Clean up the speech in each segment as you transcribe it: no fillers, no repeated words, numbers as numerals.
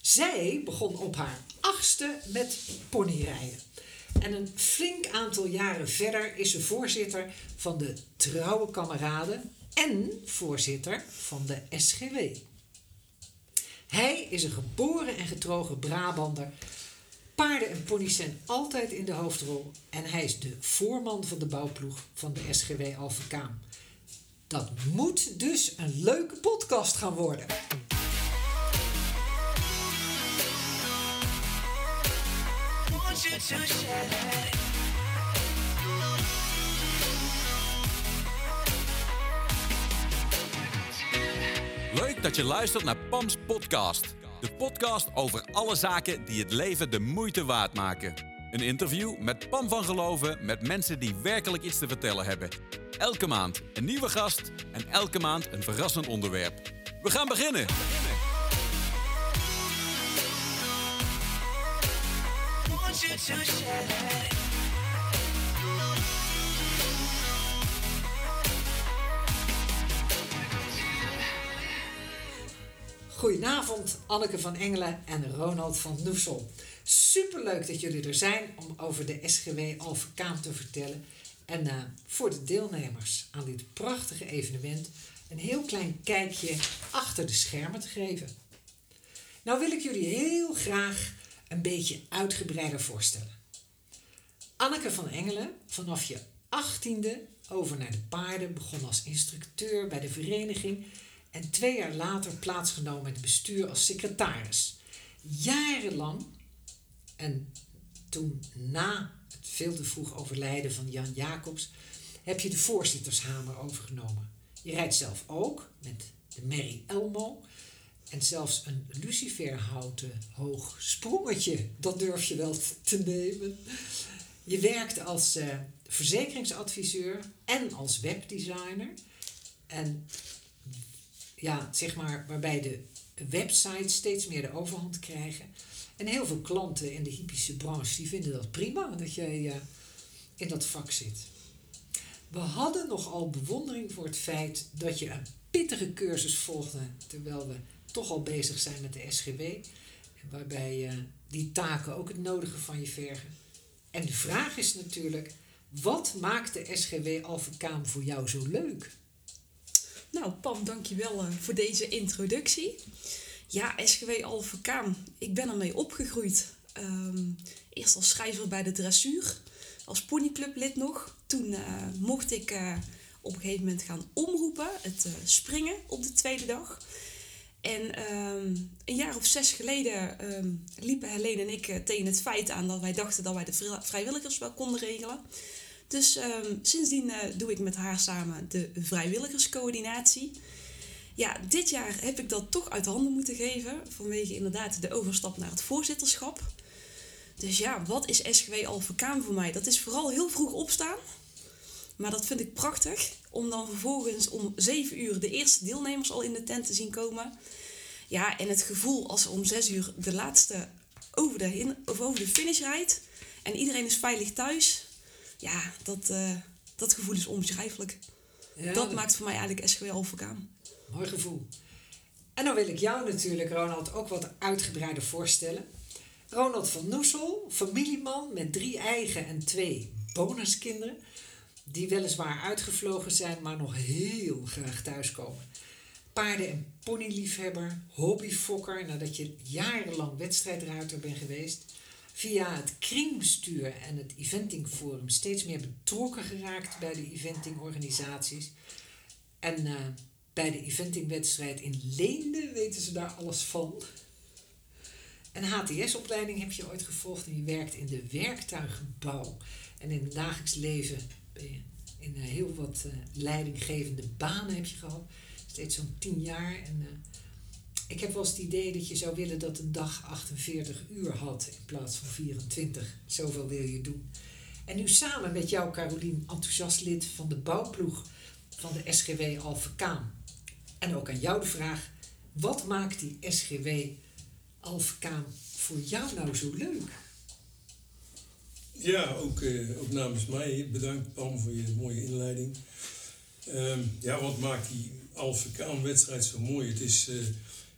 Zij begon op haar 8e met ponyrijden. En een flink aantal jaren verder is ze voorzitter van de Trouwe Kameraden en voorzitter van de SGW. Hij is een geboren en getogen Brabander. Paarden en ponies zijn altijd in de hoofdrol en hij is de voorman van de bouwploeg van de SGW Alphen-Kaam. Dat moet dus een leuke podcast gaan worden. Leuk dat je luistert naar Pam's podcast. De podcast over alle zaken die het leven de moeite waard maken. Een interview met Pam van Geloven met mensen die werkelijk iets te vertellen hebben. Elke maand een nieuwe gast en elke maand een verrassend onderwerp. We gaan beginnen! Goedenavond, Anneke van Engelen en Ronald van Noessel. Superleuk dat jullie er zijn om over de SGW Alphen-Kaam te vertellen. En voor de deelnemers aan dit prachtige evenement een heel klein kijkje achter de schermen te geven. Nou wil ik jullie heel graag een beetje uitgebreider voorstellen. Anneke van Engelen, vanaf je 18e over naar de paarden, begon als instructeur bij de vereniging en 2 jaar later plaatsgenomen in het bestuur als secretaris. Jarenlang, en toen na het veel te vroeg overlijden van Jan Jacobs, heb je de voorzittershamer overgenomen. Je rijdt zelf ook met de Merrie Elmo en zelfs een luciferhouten hoog sprongetje, dat durf je wel te nemen. Je werkte als verzekeringsadviseur en als webdesigner. En ja, zeg maar, waarbij de websites steeds meer de overhand krijgen. En heel veel klanten in de hippische branche die vinden dat prima dat jij in dat vak zit. We hadden nogal bewondering voor het feit dat je een pittige cursus volgde, terwijl we toch al bezig zijn met de SGW. Waarbij die taken ook het nodige van je vergen. En de vraag is natuurlijk, wat maakt de SGW Alphen-Kaam voor jou zo leuk? Nou, Pam, dankjewel voor deze introductie. Ja, SGW Alphen-Kaam, ik ben ermee opgegroeid. Eerst als schrijver bij de dressuur, als ponyclublid nog. Toen mocht ik op een gegeven moment gaan omroepen, het springen op de tweede dag. En een jaar of 6 geleden liepen Helene en ik tegen het feit aan dat wij dachten dat wij de vrijwilligers wel konden regelen. Dus sindsdien doe ik met haar samen de vrijwilligerscoördinatie. Ja, dit jaar heb ik dat toch uit handen moeten geven vanwege inderdaad de overstap naar het voorzitterschap. Dus ja, wat is SGW Alphen-Kaam voor mij? Dat is vooral heel vroeg opstaan. Maar dat vind ik prachtig, om dan vervolgens om 7 uur de eerste deelnemers al in de tent te zien komen. Ja, en het gevoel als er om 6 uur de laatste over de finish rijdt en iedereen is veilig thuis. Ja, dat gevoel is onbeschrijfelijk. Ja, dat maakt voor mij eigenlijk SGW Alphen-Kaam. Mooi gevoel. En dan wil ik jou natuurlijk, Ronald, ook wat uitgebreider voorstellen. Ronald van Noessel, familieman met 3 eigen en 2 bonuskinderen, die weliswaar uitgevlogen zijn, maar nog heel graag thuiskomen. Paarden- en ponyliefhebber, hobbyfokker, nadat je jarenlang wedstrijdruiter bent geweest. Via het kringbestuur en het eventingforum steeds meer betrokken geraakt bij de eventingorganisaties. En bij de eventingwedstrijd in Leende weten ze daar alles van. Een HTS-opleiding heb je ooit gevolgd en je werkt in de werktuigenbouw. En in het dagelijks leven ben je in heel wat leidinggevende banen heb je gehad. Steeds zo'n 10 jaar. En ik heb wel eens het idee dat je zou willen dat een dag 48 uur had in plaats van 24. Zoveel wil je doen. En nu samen met jou, Carolien, enthousiast lid van de bouwploeg van de SGW Alphen-Kaam. En ook aan jou de vraag, wat maakt die SGW Alphen-Kaam voor jou nou zo leuk? Ja, ook namens mij bedankt Pam voor je mooie inleiding. Wat maakt die Alphen-Kaam wedstrijd zo mooi? Het is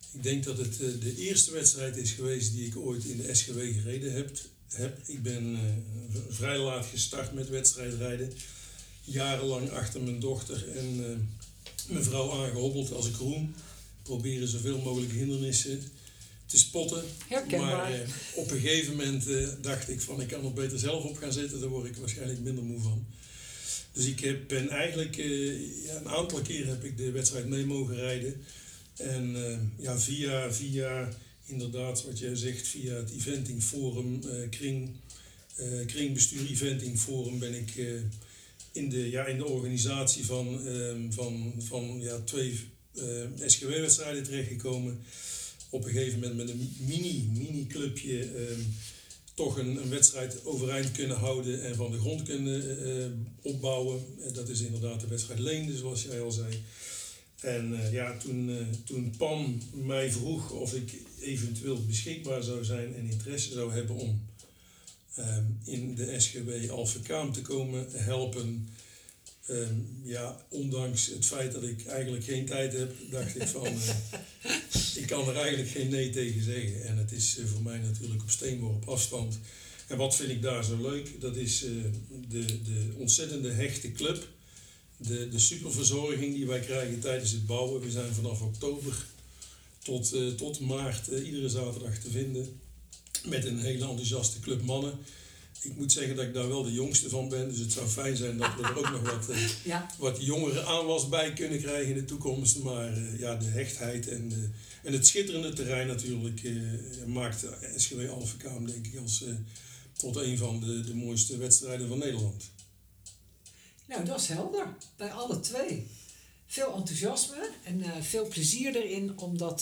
Ik denk dat het de eerste wedstrijd is geweest die ik ooit in de SGW gereden heb. Ik ben vrij laat gestart met wedstrijdrijden. Jarenlang achter mijn dochter en mijn vrouw aangehobbeld als ik roem. Proberen zoveel mogelijk hindernissen te spotten. Herkenbaar. Maar op een gegeven moment dacht ik van ik kan er beter zelf op gaan zitten. Daar word ik waarschijnlijk minder moe van. Dus ik ben eigenlijk een aantal keer heb ik de wedstrijd mee mogen rijden. En via inderdaad wat jij zegt, via het Eventing Forum, kringbestuur Eventing Forum ben ik in de organisatie van 2 SGW-wedstrijden terechtgekomen. Op een gegeven moment met een mini-clubje toch een wedstrijd overeind kunnen houden en van de grond kunnen opbouwen. Dat is inderdaad de wedstrijd Leende, zoals jij al zei. En toen Pam mij vroeg of ik eventueel beschikbaar zou zijn en interesse zou hebben om in de SGW Alphen-Kaam te komen helpen. Ondanks het feit dat ik eigenlijk geen tijd heb, dacht ik van ik kan er eigenlijk geen nee tegen zeggen. En het is voor mij natuurlijk op steenworp afstand. En wat vind ik daar zo leuk? Dat is de ontzettende hechte club. De superverzorging die wij krijgen tijdens het bouwen. We zijn vanaf oktober tot maart iedere zaterdag te vinden. Met een hele enthousiaste club mannen. Ik moet zeggen dat ik daar wel de jongste van ben. Dus het zou fijn zijn dat we er ook nog wat jongere aanwas bij kunnen krijgen in de toekomst. Maar de hechtheid en het schitterende terrein natuurlijk maakt SGW Alphen-Kaam denk ik tot een van de mooiste wedstrijden van Nederland. Nou, dat is helder. Bij alle twee. Veel enthousiasme en veel plezier erin om dat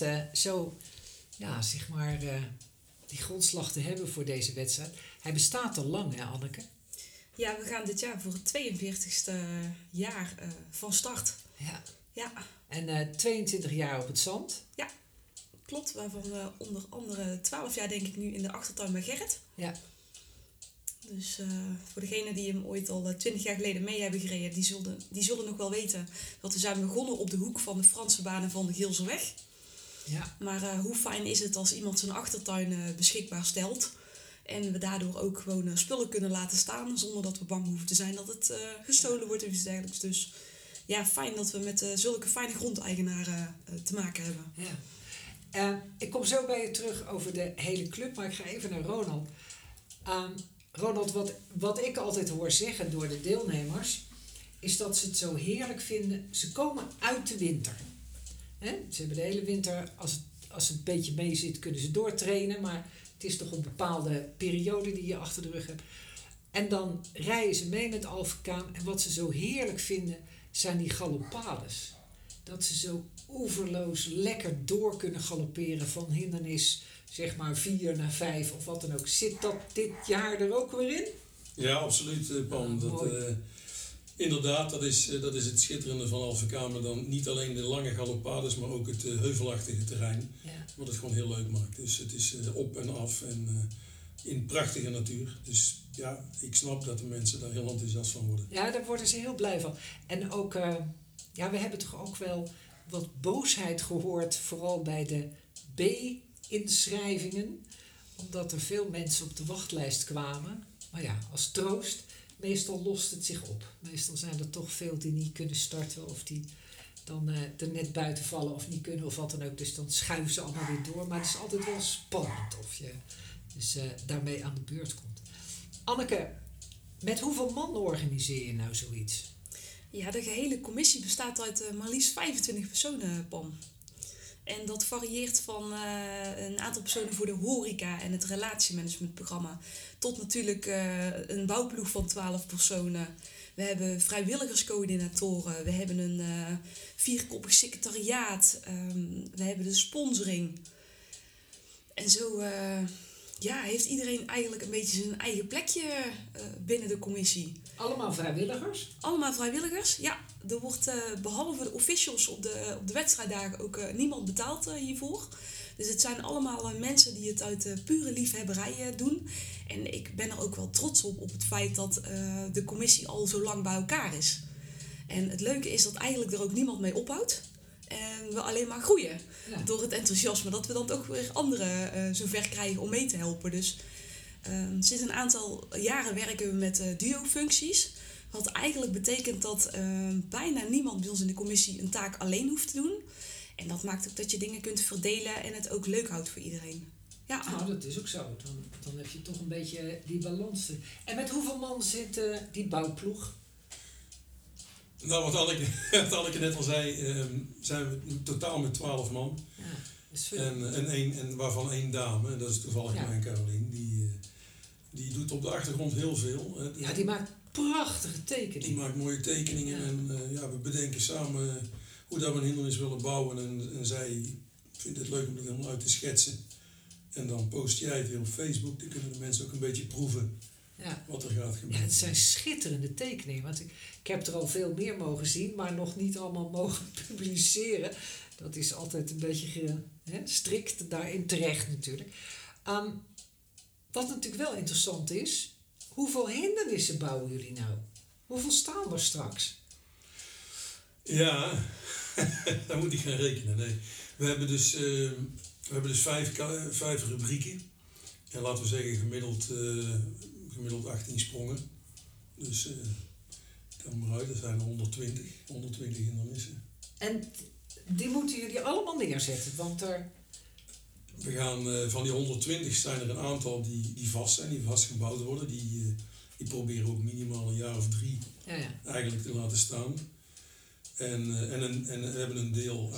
die grondslag te hebben voor deze wedstrijd. Hij bestaat al lang, hè Anneke? Ja, we gaan dit jaar voor het 42e jaar van start. Ja. En 22 jaar op het zand. Ja, klopt. Waarvan onder andere 12 jaar denk ik nu in de achtertuin bij Gerrit. Ja. Dus voor degenen die hem ooit al 20 jaar geleden mee hebben gereden, die zullen nog wel weten dat we zijn begonnen op de hoek van de Franse baan en van de Geelserweg. Ja. Maar hoe fijn is het als iemand zijn achtertuin beschikbaar stelt en we daardoor ook gewoon spullen kunnen laten staan zonder dat we bang hoeven te zijn dat het gestolen wordt of iets dergelijks. Dus ja, fijn dat we met zulke fijne grondeigenaren te maken hebben. Ja. Ik kom zo bij je terug over de hele club, maar ik ga even naar Ronald. Ronald, wat ik altijd hoor zeggen door de deelnemers, is dat ze het zo heerlijk vinden. Ze komen uit de winter. Ze hebben de hele winter, als het een beetje mee zit, kunnen ze doortrainen. Maar het is toch een bepaalde periode die je achter de rug hebt. En dan rijden ze mee met Alphen-Kaam. En wat ze zo heerlijk vinden, zijn die galoppades. Dat ze zo oeverloos lekker door kunnen galopperen van hindernis, zeg maar 4 naar 5 of wat dan ook. Zit dat dit jaar er ook weer in? Ja, absoluut, Pam. Inderdaad, dat is het schitterende van Alphen-Kaam. Maar dan niet alleen de lange galoppades, maar ook het heuvelachtige terrein. Ja. Wat het gewoon heel leuk maakt. Dus het is op en af en in prachtige natuur. Dus ja, ik snap dat de mensen daar heel enthousiast van worden. Ja, daar worden ze heel blij van. En ook, we hebben toch ook wel wat boosheid gehoord, vooral bij de B-inschrijvingen. Omdat er veel mensen op de wachtlijst kwamen. Maar ja, als troost, meestal lost het zich op. Meestal zijn er toch veel die niet kunnen starten of die dan er net buiten vallen of niet kunnen of wat dan ook. Dus dan schuiven ze allemaal weer door. Maar het is altijd wel spannend of je dus daarmee aan de beurt komt. Anneke, met hoeveel man organiseer je nou zoiets? Ja, de gehele commissie bestaat uit maar liefst 25 personen, Pam. En dat varieert van een aantal personen voor de horeca en het relatiemanagementprogramma tot natuurlijk een bouwploeg van 12 personen. We hebben vrijwilligerscoördinatoren, we hebben een 4-koppig secretariaat, we hebben de sponsoring. En zo heeft iedereen eigenlijk een beetje zijn eigen plekje binnen de commissie. Allemaal vrijwilligers? Allemaal vrijwilligers, ja. Er wordt behalve de officials op de wedstrijddagen ook niemand betaald hiervoor. Dus het zijn allemaal mensen die het uit pure liefhebberij doen. En ik ben er ook wel trots op het feit dat de commissie al zo lang bij elkaar is. En het leuke is dat eigenlijk er ook niemand mee ophoudt. En we alleen maar groeien. Ja. Door het enthousiasme dat we dan ook weer anderen zover krijgen om mee te helpen. Dus sinds een aantal jaren werken we met duo-functies. Wat eigenlijk betekent dat bijna niemand bij ons in de commissie een taak alleen hoeft te doen. En dat maakt ook dat je dingen kunt verdelen en het ook leuk houdt voor iedereen. Ja. Nou, dat is ook zo. Dan heb je toch een beetje die balans. En met hoeveel man zit die bouwploeg? Nou, wat Anneke net al zei, zijn we totaal met 12 man. Ja, dat is veel. En waarvan 1 dame, en dat is toevallig mijn Carolien. Die doet op de achtergrond heel veel. Ja, die maakt prachtige tekeningen. Die maakt mooie tekeningen en we bedenken samen hoe dat we een hindernis willen bouwen. En zij vindt het leuk om het helemaal uit te schetsen. En dan post jij het weer op Facebook, dan kunnen de mensen ook een beetje proeven wat er gaat gebeuren. Ja, het zijn schitterende tekeningen. Want ik heb er al veel meer mogen zien, maar nog niet allemaal mogen publiceren. Dat is altijd een beetje strikt daarin terecht natuurlijk. Wat natuurlijk wel interessant is, hoeveel hindernissen bouwen jullie nou? Hoeveel staan er straks? Ja, daar moet ik gaan rekenen. Nee. We hebben dus 5 rubrieken. En laten we zeggen gemiddeld 18 sprongen. Dus tel maar uit, dat zijn er 120 hindernissen. En die moeten jullie allemaal neerzetten, want we gaan van die 120 zijn er een aantal die vast zijn, die vastgebouwd worden. Die proberen we ook minimaal een jaar of 3 eigenlijk te laten staan. En we hebben een deel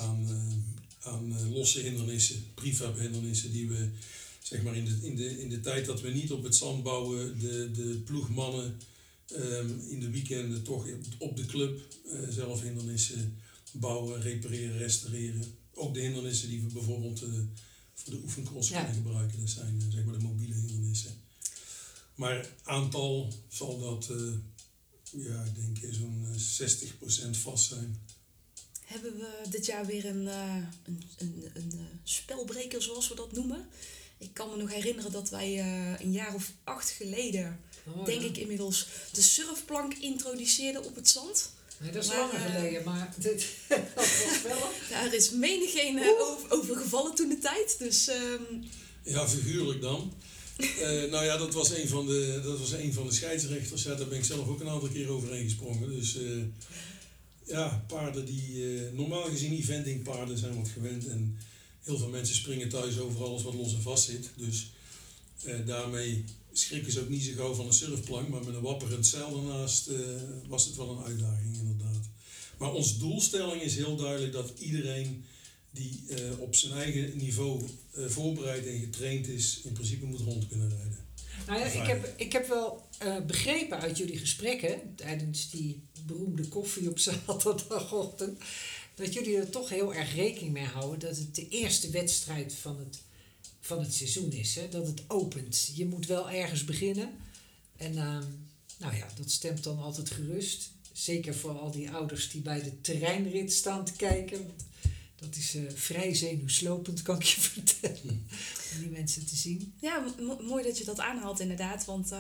aan losse hindernissen, prefab hindernissen, die we zeg maar in de tijd dat we niet op het zand bouwen, de ploegmannen in de weekenden toch op de club zelf hindernissen bouwen, repareren, restaureren. Ook de hindernissen die we bijvoorbeeld voor de oefencross kunnen gebruiken, dat zijn zeg maar de mobiele hindernissen. Maar aantal zal dat, ik denk zo'n 60% vast zijn. Hebben we dit jaar weer een spelbreker, zoals we dat noemen? Ik kan me nog herinneren dat wij een jaar of 8 geleden, ik inmiddels, de surfplank introduceerden op het zand. Nee, dat is langer geleden, maar dit was wel. Daar is menigeen over gevallen toen de tijd. Dus, Ja, figuurlijk dan. Dat was een van de scheidsrechters. Ja, daar ben ik zelf ook een aantal keer overheen gesprongen. Dus paarden die normaal gezien eventingpaarden zijn wat gewend. En heel veel mensen springen thuis over alles wat los en vast zit. Dus daarmee schrikken ze ook niet zo gauw van een surfplank. Maar met een wapperend zeil daarnaast was het wel een uitdaging inderdaad. Maar onze doelstelling is heel duidelijk dat iedereen die op zijn eigen niveau voorbereid en getraind is, in principe moet rond kunnen rijden. Nou ja, ik heb wel begrepen uit jullie gesprekken tijdens die beroemde koffie op zaterdagochtend, dat jullie er toch heel erg rekening mee houden dat het de eerste wedstrijd van het seizoen is. Hè? Dat het opent. Je moet wel ergens beginnen. En dat stemt dan altijd gerust. Zeker voor al die ouders die bij de terreinrit staan te kijken. Want dat is vrij zenuwslopend, kan ik je vertellen. Om die mensen te zien. Ja, mooi dat je dat aanhaalt inderdaad. Want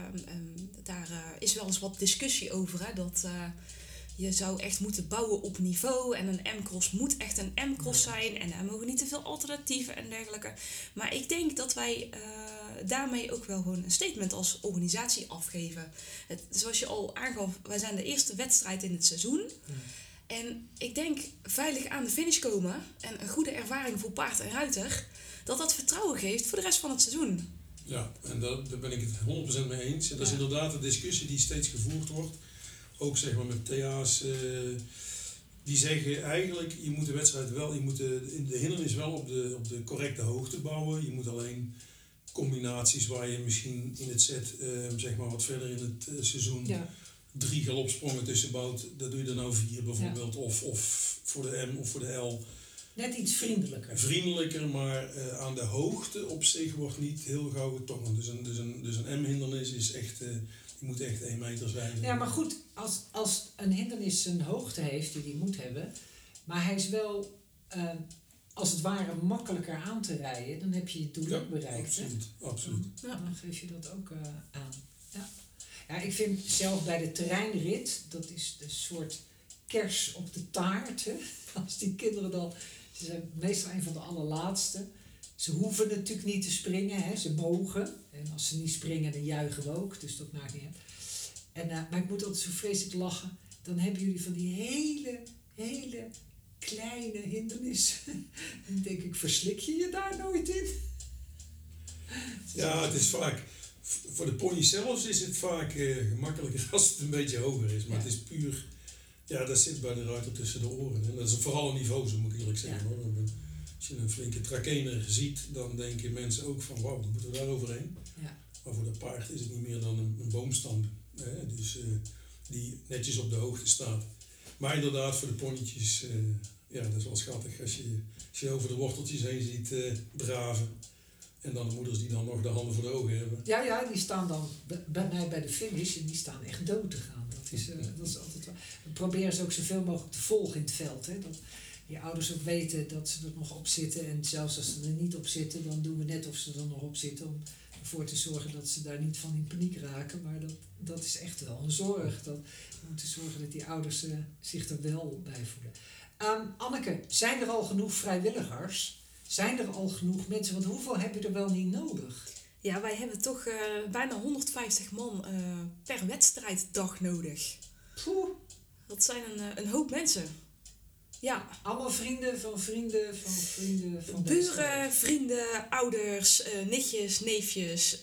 daar is wel eens wat discussie over. Hè, dat je zou echt moeten bouwen op niveau. En een M-cross moet echt een M-cross zijn. En er mogen niet te veel alternatieven en dergelijke. Maar ik denk dat wij daarmee ook wel gewoon een statement als organisatie afgeven. Zoals je al aangaf, wij zijn de eerste wedstrijd in het seizoen. Ja. En ik denk veilig aan de finish komen en een goede ervaring voor paard en ruiter, dat vertrouwen geeft voor de rest van het seizoen. Ja, en daar ben ik het 100% mee eens. En dat is inderdaad een discussie die steeds gevoerd wordt. Ook zeg maar met TA's, die zeggen eigenlijk, je moet de wedstrijd wel, je moet de hindernis wel op de correcte hoogte bouwen. Je moet alleen combinaties waar je misschien in het set, zeg maar wat verder in het seizoen, 3 galopsprongen tussen bouwt, dat doe je er nou 4 bijvoorbeeld. Ja. Of voor de M of voor de L. Net iets vriendelijker. Vriendelijker, maar aan de hoogte op zich wordt niet heel gauw getongen. Dus een M-hindernis is echt, die moet echt 1 meter zijn. Ja, maar goed, als een hindernis een hoogte heeft die moet hebben, maar hij is wel als het ware makkelijker aan te rijden, dan heb je je doel ook bereikt. Absoluut, absoluut. Ja, dan geef je dat ook aan. Ja. Ja, ik vind zelf bij de terreinrit, dat is de soort kers op de taart. Hè? Als die kinderen dan... Ze zijn meestal een van de allerlaatste. Ze hoeven natuurlijk niet te springen. Hè? Ze mogen. En als ze niet springen, dan juichen we ook. Dus dat maakt niet uit. Maar ik moet altijd zo vreselijk lachen. Dan hebben jullie van die hele kleine hindernissen. Dan denk ik, verslik je daar nooit in? Ja, het is vaak... Voor de pony zelfs is het vaak gemakkelijker als het een beetje hoger is. Maar het is puur... Ja, dat zit bij de ruiter tussen de oren. En dat is vooral een niveau, zo moet ik eerlijk zeggen. Hoor. Als je een flinke trakener ziet, dan denken mensen ook van... Wauw, moeten we daar overheen? Ja. Maar voor dat paard is het niet meer dan een boomstam. Dus die netjes op de hoogte staat. Maar inderdaad, voor de ponytjes... ja, dat is wel schattig als je over de worteltjes heen ziet draven. En dan de moeders die dan nog de handen voor de ogen hebben. Ja, die staan dan bij mij bij de finish en die staan echt dood te gaan. Dat is altijd wel. We proberen ze ook zoveel mogelijk te volgen in het veld. Hè? Dat die ouders ook weten dat ze er nog op zitten. En zelfs als ze er niet op zitten, dan doen we net of ze er nog op zitten. Om ervoor te zorgen dat ze daar niet van in paniek raken. Maar dat is echt wel een zorg. We moeten zorgen dat die ouders zich er wel bij voelen. Anneke, zijn er al genoeg vrijwilligers? Zijn er al genoeg mensen? Want hoeveel heb je er wel niet nodig? Ja, wij hebben toch bijna 150 man per wedstrijddag nodig. Poeh. Dat zijn een hoop mensen. Ja. Allemaal vrienden van vrienden van vrienden van buren, vrienden, ouders, nichtjes, neefjes,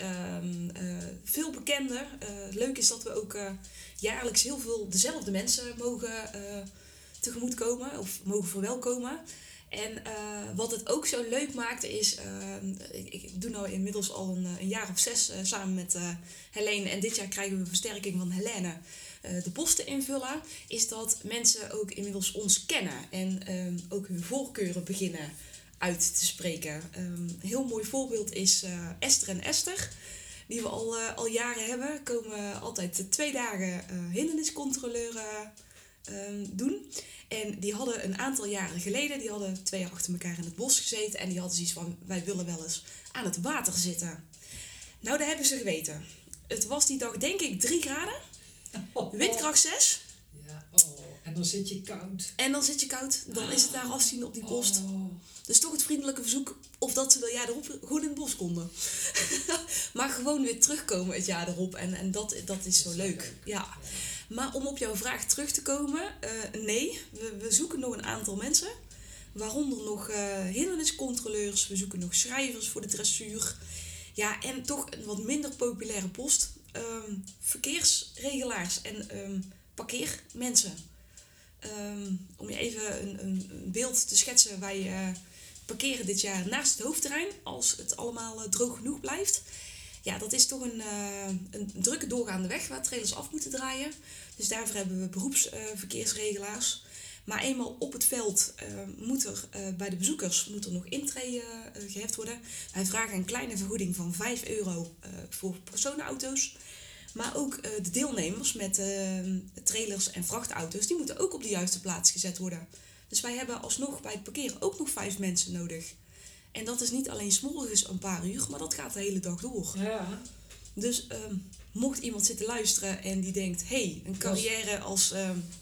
veel bekenden. Leuk is dat we ook jaarlijks heel veel dezelfde mensen mogen tegemoetkomen of mogen verwelkomen. En wat het ook zo leuk maakt is, ik doe nou inmiddels al een jaar of 6 samen met Helene. En dit jaar krijgen we versterking van Helene de posten invullen. Is dat mensen ook inmiddels ons kennen en ook hun voorkeuren beginnen uit te spreken. Een heel mooi voorbeeld is Esther en Esther. Die we al jaren hebben. Komen altijd 2 dagen hinderniscontroleur doen. En die hadden een aantal jaren geleden, die hadden 2 jaar achter elkaar in het bos gezeten. En die hadden zoiets van, wij willen wel eens aan het water zitten. Nou, dat hebben ze geweten. Het was die dag denk ik 3 graden. Windkracht 6. Ja, en dan zit je koud. Dan is het daar afzien op die post. Dus toch het vriendelijke verzoek of dat ze dat jaar erop gewoon in het bos konden. Maar gewoon weer terugkomen het jaar erop. En dat is zo leuk. Ja. Maar om op jouw vraag terug te komen, nee, we zoeken nog een aantal mensen. Waaronder nog hinderniscontroleurs, we zoeken nog schrijvers voor de dressuur. Ja, en toch een wat minder populaire post, verkeersregelaars en parkeermensen. Om je even een beeld te schetsen, wij parkeren dit jaar naast het hoofdterrein als het allemaal droog genoeg blijft. Ja, dat is toch een drukke doorgaande weg waar trailers af moeten draaien. Dus daarvoor hebben we beroepsverkeersregelaars. Maar eenmaal op het veld moet er bij de bezoekers nog intree geheft worden. Wij vragen een kleine vergoeding van €5 voor personenauto's. Maar ook de deelnemers met trailers en vrachtauto's, die moeten ook op de juiste plaats gezet worden. Dus wij hebben alsnog bij het parkeren ook nog 5 mensen nodig. En dat is niet alleen 's morgens een paar uur, maar dat gaat de hele dag door. Ja. Dus mocht iemand zitten luisteren en die denkt, hey, een carrière als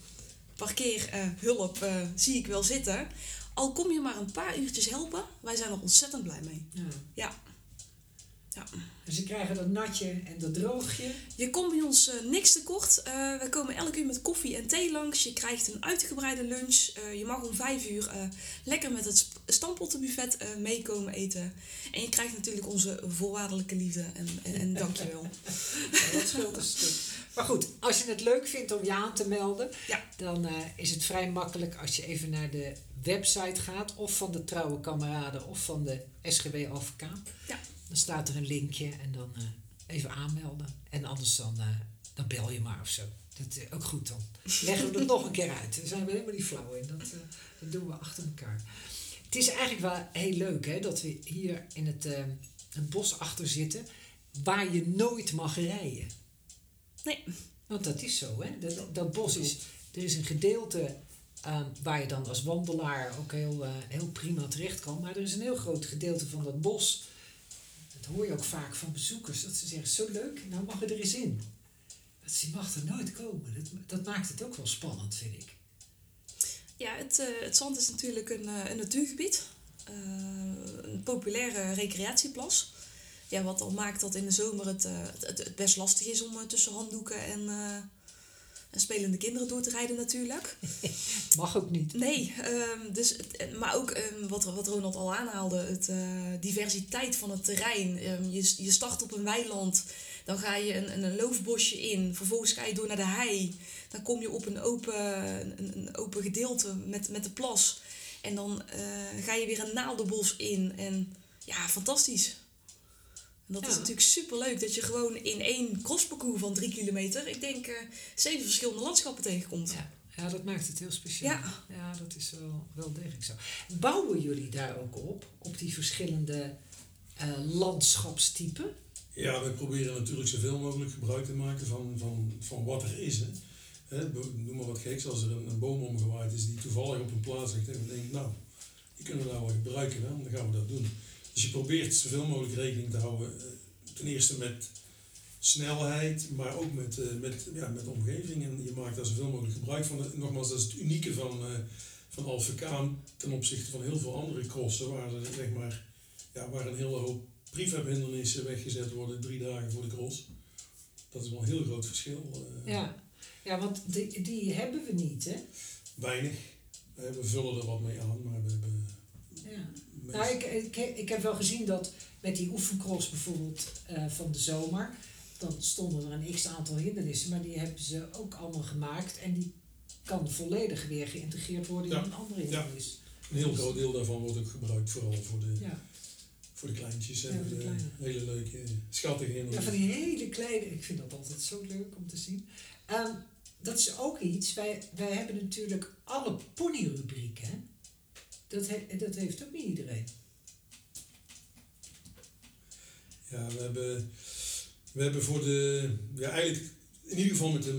parkeerhulp zie ik wel zitten. Al kom je maar een paar uurtjes helpen, wij zijn er ontzettend blij mee. Ja. Dus je krijgt dat natje en dat droogje. Je komt bij ons niks tekort. We komen elk uur met koffie en thee langs. Je krijgt een uitgebreide lunch. Je mag om 5 uur lekker met het stampottenbuffet meekomen eten. En je krijgt natuurlijk onze voorwaardelijke liefde en dankjewel. Ja, dat scheelt een stuk. Maar goed, als je het leuk vindt om je aan te melden, dan is het vrij makkelijk als je even naar de website gaat. Of van de Trouwe Kameraden of van de SGW Alphenkaam. Ja. Dan staat er een linkje en dan even aanmelden. En anders dan bel je maar of zo. Dat is ook goed dan. Leggen we het nog een keer uit. Daar zijn we helemaal niet flauw in. Dat doen we achter elkaar. Het is eigenlijk wel heel leuk hè, dat we hier in het bos achter zitten. Waar je nooit mag rijden. Nee. Want dat is zo hè. Dat bos is... Er is een gedeelte waar je dan als wandelaar ook heel prima terecht kan. Maar er is een heel groot gedeelte van dat bos... Dat hoor je ook vaak van bezoekers, dat ze zeggen, zo leuk, nou mag je er eens in. Dat ze mag er nooit komen. Dat maakt het ook wel spannend, vind ik. Ja, het zand is natuurlijk een natuurgebied. Een populaire recreatieplas. Ja, wat al maakt dat in de zomer het best lastig is om tussen handdoeken en spelende kinderen door te rijden natuurlijk. Mag ook niet. Nee, maar ook wat Ronald al aanhaalde, diversiteit van het terrein. Je start op een weiland, dan ga je een loofbosje in, vervolgens ga je door naar de hei. Dan kom je op een open gedeelte met de plas. En dan ga je weer een naaldenbos in. En ja, fantastisch. En dat is natuurlijk superleuk dat je gewoon in 1 crossparcours van 3 kilometer, ik denk 7 verschillende landschappen tegenkomt. Ja, dat maakt het heel speciaal. Ja, dat is wel degelijk zo. Bouwen jullie daar ook op die verschillende landschapstypen? Ja, we proberen natuurlijk zoveel mogelijk gebruik te maken van wat er is. Hè. Noem maar wat geks, als er een boom omgewaaid is die toevallig op een plaats ligt en we denken, nou, die kunnen we nou wel gebruiken, dan gaan we dat doen. Dus je probeert zoveel mogelijk rekening te houden, ten eerste met snelheid, maar ook met de omgeving. En je maakt daar zoveel mogelijk gebruik van. Nogmaals, dat is het unieke van Alphen ten opzichte van heel veel andere crossen, waar een hele hoop prefab-hindernissen weggezet worden 3 dagen voor de cross. Dat is wel een heel groot verschil. Ja, want die hebben we niet, hè? Weinig. We vullen er wat mee aan, maar we hebben... Ja. Nou, ik heb wel gezien dat met die oefencross bijvoorbeeld van de zomer, dan stonden er een x-aantal hindernissen, maar die hebben ze ook allemaal gemaakt en die kan volledig weer geïntegreerd worden in een andere hindernis. Een heel groot deel daarvan wordt ook gebruikt, vooral voor de kleintjes en de hele leuke, schattige hindernissen. Ja, van die hele kleine, ik vind dat altijd zo leuk om te zien. Dat is ook iets, wij hebben natuurlijk alle ponyrubrieken, hè? Dat heeft ook niet iedereen. Ja, we hebben voor de... Ja, eigenlijk in ieder geval met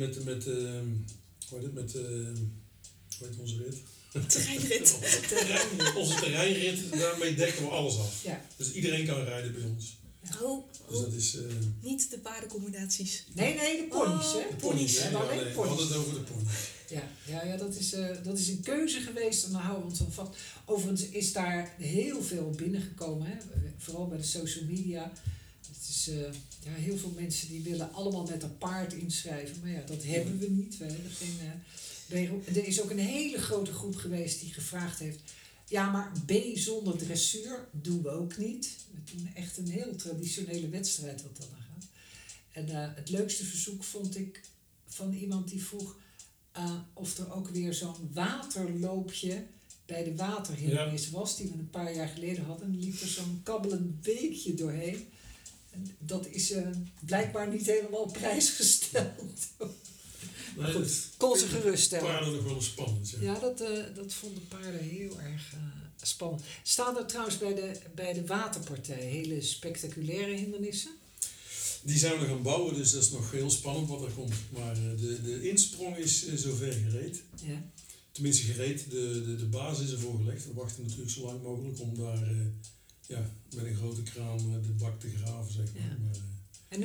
hoe heet onze rit? Terreinrit. Onze terreinrit, daarmee dekken we alles af. Ja. Dus iedereen kan rijden bij ons. Dus dat is... Niet de paardencombinaties. Nee, de ponies, hè? De ponies, hè? We hadden het over de ponies. Ja, dat is een keuze geweest en daar houden we ons aan vast. Overigens is daar heel veel binnengekomen, hè? Vooral bij de social media. Het is, heel veel mensen die willen allemaal met een paard inschrijven, maar ja, dat hebben we niet. We hebben geen... Er is ook een hele grote groep geweest die gevraagd heeft, ja, maar B zonder dressuur doen we ook niet. We doen echt een heel traditionele wedstrijd wat dat aan gaat. En het leukste verzoek vond ik van iemand die vroeg of er ook weer zo'n waterloopje bij de waterhindernis was, die we een paar jaar geleden hadden. En liep er zo'n kabbelend beekje doorheen. En dat is blijkbaar niet helemaal prijsgesteld. Nee, goed, kon ze geruststellen. Paarden nog wel spannend. Ja, dat vonden paarden heel erg spannend. Staan er trouwens bij de waterpartij hele spectaculaire hindernissen? Die zijn we nog aan het bouwen, dus dat is nog heel spannend wat er komt. Maar de insprong is zover gereed. Ja. Tenminste gereed, de basis is ervoor gelegd. We wachten natuurlijk zo lang mogelijk om daar met een grote kraan de bak te graven, zeg maar. Ja.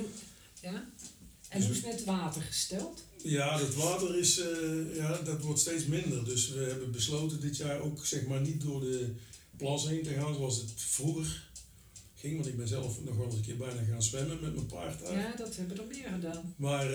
En hoe is het met water gesteld? Ja, dat water is, dat wordt steeds minder. Dus we hebben besloten dit jaar ook zeg maar niet door de plas heen te gaan zoals het vroeger ging. Want ik ben zelf nog wel eens een keer bijna gaan zwemmen met mijn paard daar. Ja, dat hebben we er meer gedaan. Maar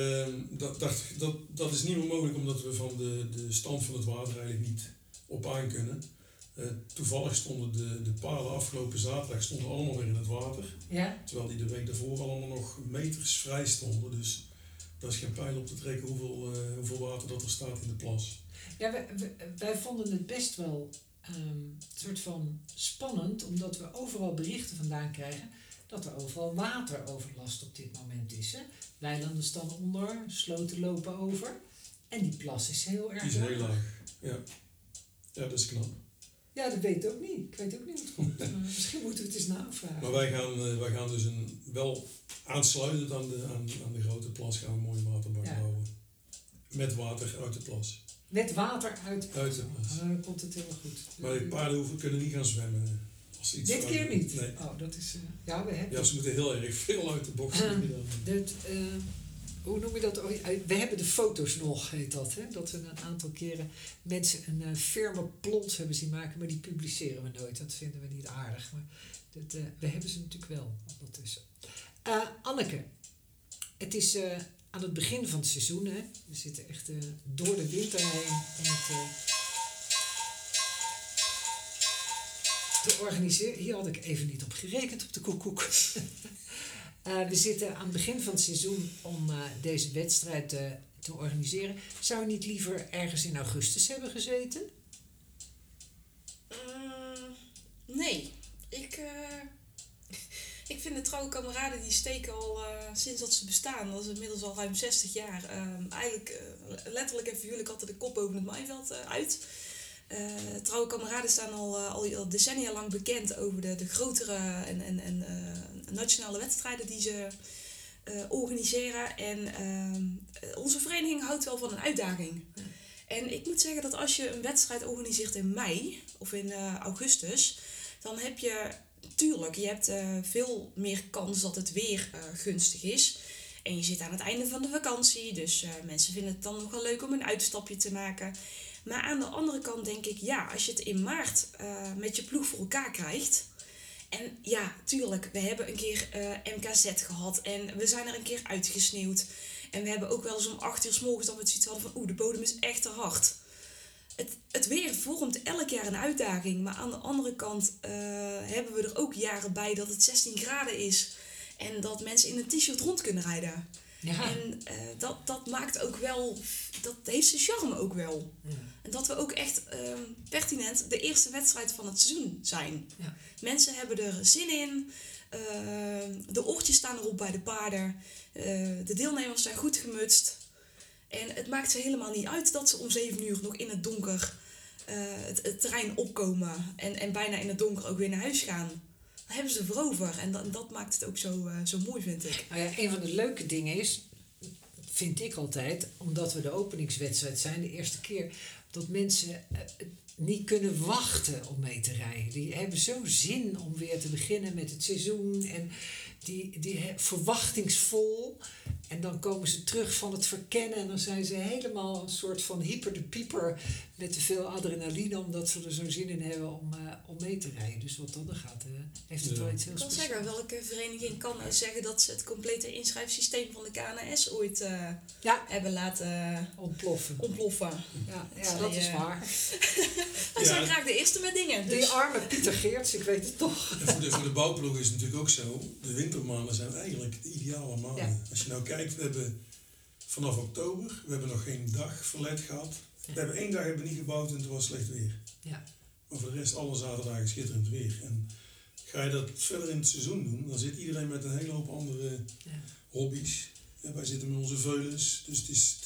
dat is niet meer mogelijk omdat we van de stand van het water eigenlijk niet op aan kunnen. Toevallig stonden de palen afgelopen zaterdag stonden allemaal weer in het water. Ja? Terwijl die de week daarvoor allemaal nog meters vrij stonden. Dus daar is geen pijl op te trekken hoeveel water dat er staat in de plas. Ja, wij vonden het best wel soort van spannend, omdat we overal berichten vandaan krijgen dat er overal wateroverlast op dit moment is. Hè? Weilanden staan onder, sloten lopen over en die plas is heel erg laag. Die is heel laag, ja. Ja, dat is knap. Ja, dat weet ik ook niet. Ik weet ook niet hoe het komt. Misschien moeten we het eens navragen. Maar wij gaan dus wel aansluitend aan de grote plas gaan we een mooie waterbak bouwen. Met water uit de plas. Met water uit de plas. Dan komt het heel goed. Maar de paarden kunnen niet gaan zwemmen. Als iets dit keer niet? Nee. Oh, dat is... we hebben... Ja, ze moeten heel erg veel uit de box. hoe noem je dat? We hebben de foto's nog, heet dat. Hè? Dat we een aantal keren mensen een firme plons hebben zien maken, maar die publiceren we nooit. Dat vinden we niet aardig. Maar we hebben ze natuurlijk wel ondertussen. Anneke, het is aan het begin van het seizoen. Hè? We zitten echt door de winter heen te organiseren. Hier had ik even niet op gerekend op de koekoek. We zitten aan het begin van het seizoen om deze wedstrijd te organiseren. Zou je niet liever ergens in augustus hebben gezeten? Nee. Ik vind de trouwe kameraden die steken al sinds dat ze bestaan, dat is inmiddels al ruim 60 jaar, eigenlijk letterlijk en figuurlijk altijd de kop boven het maaiveld uit. Trouwe kameraden staan al decennia lang bekend over de grotere en nationale wedstrijden die ze organiseren. En onze vereniging houdt wel van een uitdaging. Ja. En ik moet zeggen dat als je een wedstrijd organiseert in mei of in augustus, dan heb je, tuurlijk, je hebt veel meer kans dat het weer gunstig is. En je zit aan het einde van de vakantie, dus mensen vinden het dan nog wel leuk om een uitstapje te maken. Maar aan de andere kant denk ik, ja, als je het in maart met je ploeg voor elkaar krijgt. En ja, tuurlijk, we hebben een keer MKZ gehad en we zijn er een keer uitgesneeuwd. En we hebben ook wel eens om 8 uur 's morgens dat we het zoiets hadden van, de bodem is echt te hard. Het weer vormt elk jaar een uitdaging, maar aan de andere kant hebben we er ook jaren bij dat het 16 graden is. En dat mensen in een t-shirt rond kunnen rijden. Ja. En dat maakt ook wel, dat heeft zijn charme ook wel. Ja. En dat we ook echt pertinent de eerste wedstrijd van het seizoen zijn. Ja. Mensen hebben er zin in. De oortjes staan erop bij de paarden. De deelnemers zijn goed gemutst. En het maakt ze helemaal niet uit dat ze om 7 uur nog in het donker het terrein opkomen. En bijna in het donker ook weer naar huis gaan. Hebben ze voor over. En dat maakt het ook zo mooi, vind ik. Nou ja, een van de leuke dingen is, vind ik altijd, omdat we de openingswedstrijd zijn, de eerste keer, dat mensen niet kunnen wachten om mee te rijden. Die hebben zo zin om weer te beginnen met het seizoen en die verwachtingsvol. En dan komen ze terug van het verkennen en dan zijn ze helemaal een soort van hyper de pieper met te veel adrenaline, omdat ze er zo zin in hebben om mee te rijden. Dus wat dan gaat, heeft het wel iets heel speciaals. Ik kan zeggen, welke vereniging kan nou zeggen dat ze het complete inschrijfsysteem van de KNS ooit hebben laten ontploffen. Ja, dat is waar. Wij zijn graag de eerste met dingen. Dus. Die arme Pieter Geerts, ik weet het toch. En voor de bouwploeg is het natuurlijk ook zo. De wintermaanden zijn eigenlijk de ideale maanden. Ja. Als je nou kijkt, we hebben vanaf oktober, we hebben nog geen dag verlet gehad. Ja. We hebben 1 dag niet gebouwd en het was slecht weer. Ja. Maar voor de rest, alle zaterdagen schitterend weer. En ga je dat verder in het seizoen doen, dan zit iedereen met een hele hoop andere hobby's. Ja, wij zitten met onze veulens. Dus het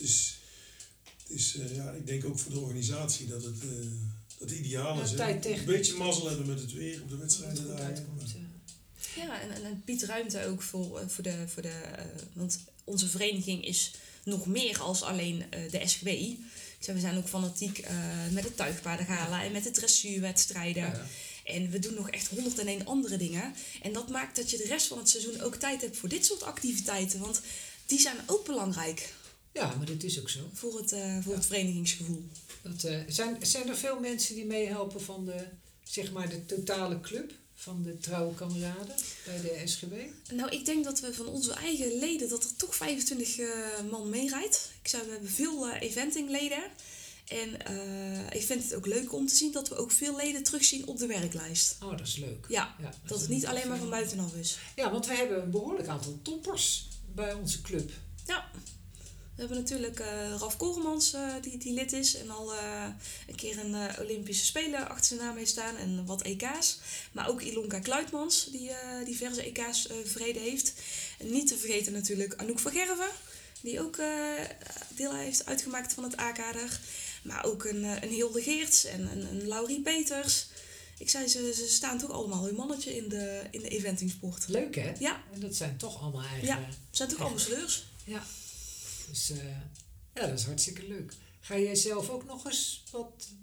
is ik denk ook voor de organisatie dat het ideaal is. Een beetje mazzel hebben met het weer op de wedstrijden daar. Ja, en het biedt ruimte ook voor de want onze vereniging is nog meer als alleen de SGW. We zijn ook fanatiek met het tuigpaardengala en met de dressuurwedstrijden. Ja. En we doen nog echt 101 andere dingen. En dat maakt dat je de rest van het seizoen ook tijd hebt voor dit soort activiteiten. Want die zijn ook belangrijk. Ja, maar dat is ook zo. Voor het verenigingsgevoel. Zijn er veel mensen die meehelpen van de totale club? Van de trouwe kameraden bij de SGW? Nou, ik denk dat we van onze eigen leden, dat er toch 25 man meerijdt. We hebben veel eventingleden. En ik vind het ook leuk om te zien dat we ook veel leden terugzien op de werklijst. Oh, dat is leuk. Ja, dat het niet alleen maar van buitenaf is. Ja, want we hebben een behoorlijk aantal toppers bij onze club. Ja. We hebben natuurlijk Ralf Koremans die lid is en al een keer een Olympische Spelen achter zijn naam heeft staan en wat EK's. Maar ook Ilonka Kluitmans die diverse EK's verreden heeft. En niet te vergeten natuurlijk Anouk van Gerven die ook deel heeft uitgemaakt van het A-kader. Maar ook een Hilde Geerts en een Laurie Peters. Ik zei, ze staan toch allemaal hun mannetje in de eventingsport. Leuk hè? Ja. En dat zijn toch allemaal eigen... Ja, ze zijn toch ambassadeurs. Ja. Dus dat is hartstikke leuk. Ga jij zelf ook nog eens wat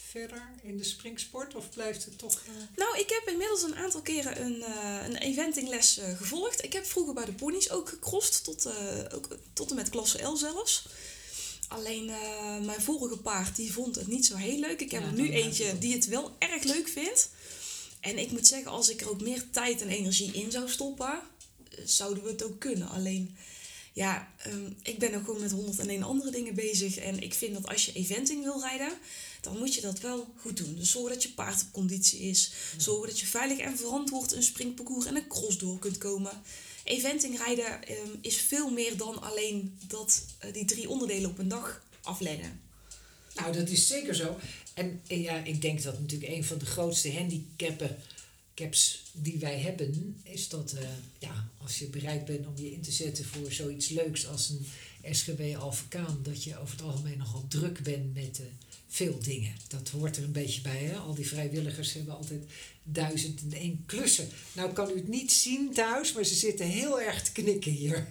verder in de springsport of blijft het toch... Nou, ik heb inmiddels een aantal keren een eventingles gevolgd. Ik heb vroeger bij de ponies ook gecrossed, tot en met klasse L zelfs. Alleen mijn vorige paard die vond het niet zo heel leuk. Ik heb er nu eentje die het wel erg leuk vindt. En ik moet zeggen, als ik er ook meer tijd en energie in zou stoppen, zouden we het ook kunnen. Alleen, ja, ik ben ook gewoon met 101 andere dingen bezig. En ik vind dat als je eventing wil rijden, dan moet je dat wel goed doen. Dus zorg dat je paard op conditie is. Zorg dat je veilig en verantwoord een springparcours en een cross door kunt komen. Eventing rijden is veel meer dan alleen die 3 onderdelen op een dag afleggen. Nou, dat is zeker zo. En ja, ik denk dat natuurlijk een van de grootste handicaps die wij hebben, is dat als je bereid bent om je in te zetten voor zoiets leuks als een SGW Alphen-Kaan, dat je over het algemeen nogal druk bent met veel dingen. Dat hoort er een beetje bij, hè? Al die vrijwilligers hebben altijd 1001 klussen. Nou kan u het niet zien thuis, maar ze zitten heel erg te knikken hier.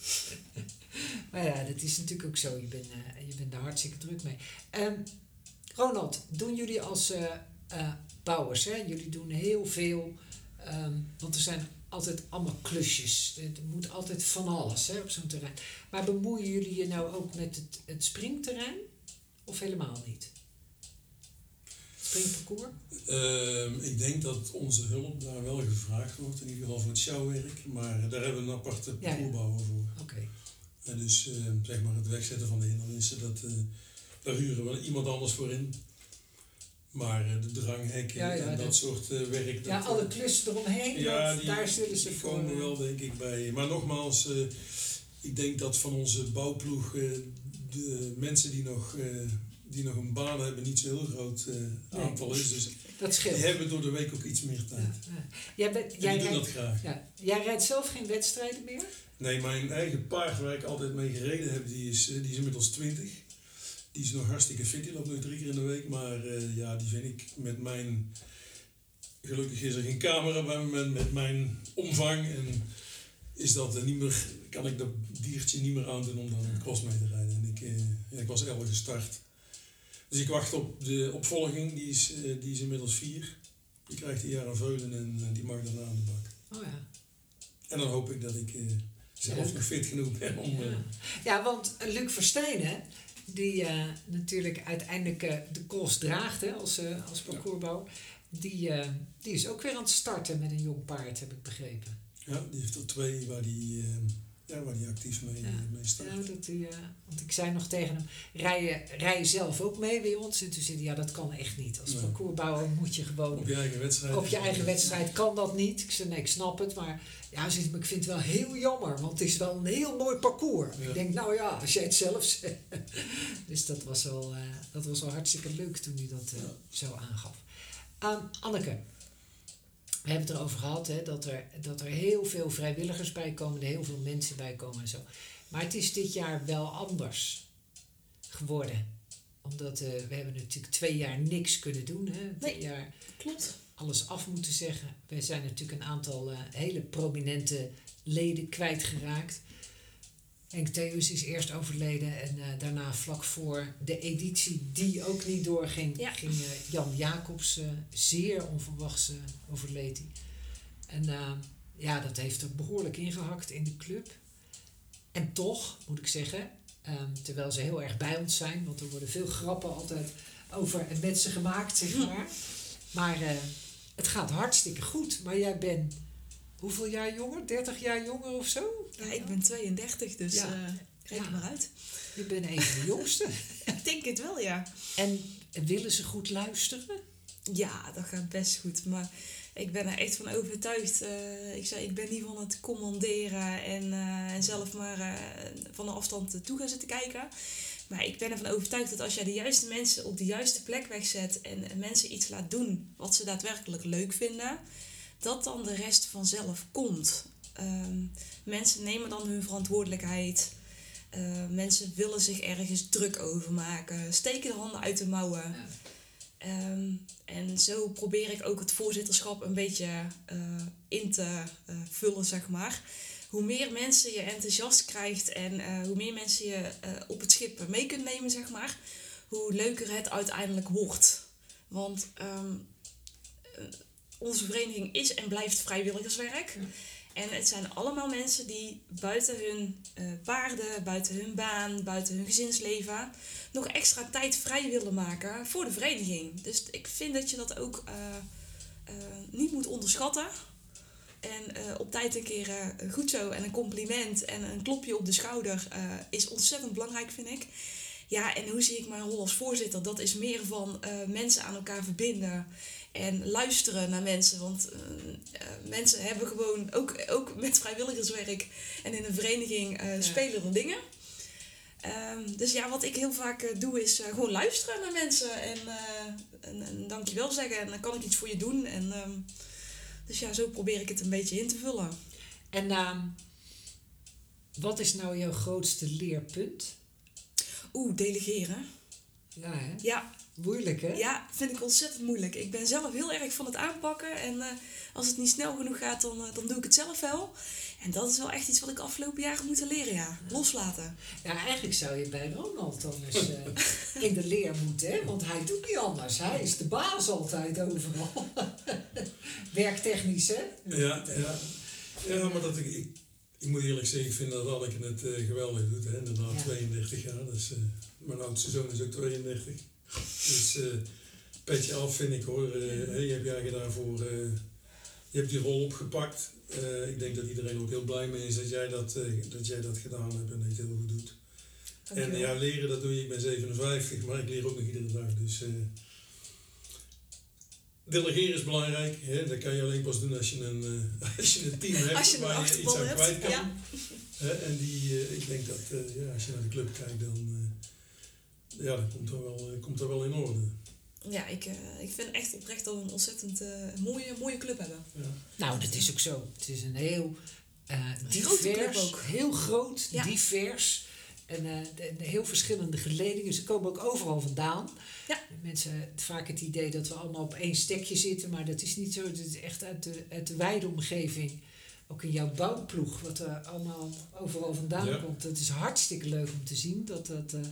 Maar ja, dat is natuurlijk ook zo. Je bent daar hartstikke druk mee. Ronald, doen jullie als bouwers, hè? Jullie doen heel veel, want er zijn altijd allemaal klusjes. Er moet altijd van alles, hè, op zo'n terrein. Maar bemoeien jullie je nou ook met het springterrein? Of helemaal niet? Springparcours? Ik denk dat onze hulp daar wel gevraagd wordt, in ieder geval voor het sjouwwerk. Maar daar hebben we een aparte parcoursbouwer voor. Oké. En dus zeg maar het wegzetten van de hindernissen, daar huren we iemand anders voor in. Maar de dranghekken en dat soort werk... alle klussen eromheen, daar zullen ze voor... komen wel, denk ik, bij. Maar nogmaals, ik denk dat van onze bouwploeg de mensen die nog een baan hebben niet zo heel groot aantal is. Dus dat scheelt. Die hebben door de week ook iets meer tijd. Jij doet dat graag. Ja. Jij rijdt zelf geen wedstrijden meer? Nee, mijn eigen paard waar ik altijd mee gereden heb, die is inmiddels 20. Die is nog hartstikke fit, die loopt nog 3 keer in de week. Maar die vind ik met mijn... Gelukkig is er geen camera bij me, met mijn omvang. En is dat niet meer, kan ik dat diertje niet meer aandoen om dan een cross mee te rijden. En ik was 11 gestart. Dus ik wacht op de opvolging, die is inmiddels 4. Die krijgt een jaar aan veulen en die mag daarna aan de bak. Oh ja. En dan hoop ik dat ik zelf nog fit genoeg ben om... Ja, want Luc Verstijnen, die natuurlijk uiteindelijk de cross draagt, hè, als parcoursbouwer, die is ook weer aan het starten met een jong paard, heb ik begrepen. Ja, die heeft er 2 waar die actief mee start. Ja, want ik zei nog tegen hem, rij je zelf ook mee bij ons? En toen zei hij, dat kan echt niet. Als parcoursbouwer moet je gewoon... Op je eigen wedstrijd. Op je eigen wedstrijd kan dat niet. Ik zei, nee, ik snap het, maar ja, ik vind het wel heel jammer, want het is wel een heel mooi parcours. Ja. Ik denk, als jij het zelf zegt. Dus dat was wel hartstikke leuk toen hij dat zo aangaf. Anneke, we hebben het erover gehad, hè, dat er heel veel vrijwilligers bij komen, er heel veel mensen bij komen en zo. Maar het is dit jaar wel anders geworden. Omdat we hebben natuurlijk 2 jaar niks kunnen doen. Hè? 2 jaar klopt. Alles af moeten zeggen. Wij zijn natuurlijk een aantal hele prominente leden kwijtgeraakt. Henk Theus is eerst overleden en daarna vlak voor de editie die ook niet doorging, ging Jan Jacobs zeer onverwachts overleed hij. En dat heeft er behoorlijk ingehakt in de club. En toch, moet ik zeggen, terwijl ze heel erg bij ons zijn, want er worden veel grappen altijd over en met ze gemaakt, zeg maar. Maar het gaat hartstikke goed. Maar jij bent hoeveel jaar jonger? 30 jaar jonger of zo? Ja, ik ben 32, dus reken maar uit. Je bent een van de jongste. Ik denk het wel, ja. En willen ze goed luisteren? Ja, dat gaat best goed. Maar ik ben er echt van overtuigd. Ik ben niet van het commanderen en zelf maar van de afstand toe gaan zitten kijken. Maar ik ben ervan overtuigd dat als jij de juiste mensen op de juiste plek wegzet en mensen iets laat doen wat ze daadwerkelijk leuk vinden, dat dan de rest vanzelf komt. Mensen nemen dan hun verantwoordelijkheid. Mensen willen zich ergens druk over maken. Steken de handen uit de mouwen. En zo probeer ik ook het voorzitterschap een beetje in te vullen, zeg maar. Hoe meer mensen je enthousiast krijgt en hoe meer mensen je op het schip mee kunt nemen, zeg maar, hoe leuker het uiteindelijk wordt. Want onze vereniging is en blijft vrijwilligerswerk. Ja. En het zijn allemaal mensen die buiten hun paarden, buiten hun baan, buiten hun gezinsleven nog extra tijd vrij willen maken voor de vereniging. Dus ik vind dat je dat ook niet moet onderschatten. En op tijd een keer goed zo en een compliment en een klopje op de schouder is ontzettend belangrijk, vind ik. Ja, en hoe zie ik mijn rol als voorzitter? Dat is meer van mensen aan elkaar verbinden en luisteren naar mensen. Want mensen hebben gewoon, ook met vrijwilligerswerk en in een vereniging spelen er dingen. Dus ja, wat ik heel vaak doe is gewoon luisteren naar mensen en dankjewel zeggen. En dan kan ik iets voor je doen. En, dus ja, zo probeer ik het een beetje in te vullen. En wat is nou jouw grootste leerpunt? Delegeren. Ja, hè? Ja. Moeilijk, hè? Ja, vind ik ontzettend moeilijk. Ik ben zelf heel erg van het aanpakken. En als het niet snel genoeg gaat, dan doe ik het zelf wel. En dat is wel echt iets wat ik afgelopen jaren moeten leren, ja. Loslaten. Ja, eigenlijk zou je bij Ronald dan eens in de leer moeten, hè? Want hij doet niet anders. Hij is de baas altijd overal. Werktechnisch, hè? Ja, maar dat ik moet eerlijk zeggen, ik vind dat Anneke het geweldig doet. Hè? Inderdaad, 32 jaar. Dus, mijn oudste zoon is ook 32. Dus petje af, vind ik, hoor. Je hebt je eigen daarvoor... je hebt die rol opgepakt. Ik denk dat iedereen ook heel blij mee is dat jij dat gedaan hebt en dat je het heel goed doet. En ja, leren, dat doe je. Ik ben 57, maar ik leer ook nog iedere dag. Dus delegeren is belangrijk. Hè? Dat kan je alleen pas doen als je een team hebt waar je iets aan kwijt kan. Ja. En ik denk dat als je naar de club kijkt, dan komt dat wel in orde. Ja, ik vind echt oprecht dat we een ontzettend mooie club hebben. Ja. Nou, dat is ook zo. Het is een heel divers, ook. Heel groot, divers. En heel verschillende geledingen. Ze komen ook overal vandaan. Ja. Mensen hebben vaak het idee dat we allemaal op één stekje zitten. Maar dat is niet zo. Het is echt uit de wijde omgeving. Ook in jouw bouwploeg. Wat er allemaal overal vandaan komt. Dat is hartstikke leuk om te zien. Dat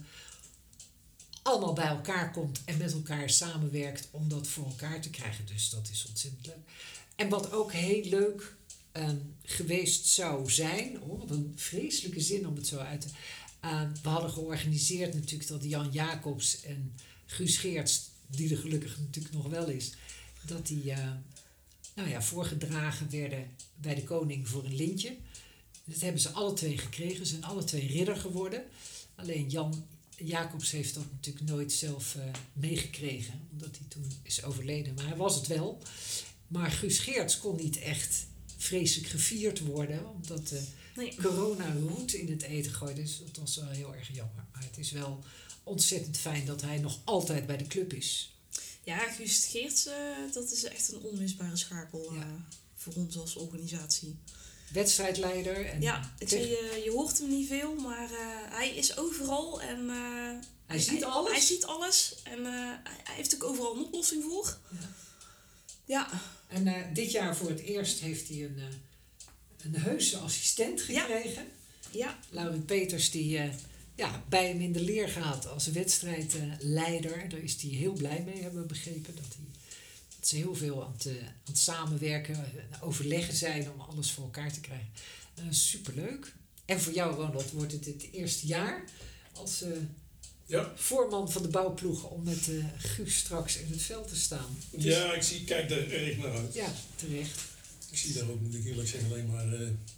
allemaal bij elkaar komt. En met elkaar samenwerkt om dat voor elkaar te krijgen. Dus dat is ontzettend leuk. En wat ook heel leuk geweest zou zijn. Wat een vreselijke zin om het zo uit te... we hadden georganiseerd natuurlijk dat Jan Jacobs en Guus Geerts, die er gelukkig natuurlijk nog wel is, dat die voorgedragen werden bij de koning voor een lintje. Dat hebben ze alle twee gekregen. Ze zijn alle twee ridder geworden. Alleen Jan Jacobs heeft dat natuurlijk nooit zelf meegekregen, omdat hij toen is overleden. Maar hij was het wel. Maar Guus Geerts kon niet echt vreselijk gevierd worden, omdat corona roet in het eten gooide. Dus dat was wel heel erg jammer. Maar het is wel ontzettend fijn dat hij nog altijd bij de club is. Ja, Guus Geerts, dat is echt een onmisbare schakel voor ons als organisatie. Wedstrijdleider. En je hoort hem niet veel, maar hij is overal en hij ziet alles. Hij ziet alles en hij heeft ook overal een oplossing voor. Ja. En dit jaar voor het eerst heeft hij een heuse assistent gekregen. Ja. Laurie Peters, die bij hem in de leer gaat als wedstrijdleider. Daar is hij heel blij mee, hebben we begrepen. Dat ze heel veel aan het samenwerken, overleggen zijn om alles voor elkaar te krijgen. Superleuk. En voor jou, Ronald, wordt het eerste jaar als voorman van de bouwploeg om met Guus straks in het veld te staan. Dus, ik kijk daar erg naar uit. Ja, terecht. Ik zie daar ook, moet ik eerlijk zeggen, alleen maar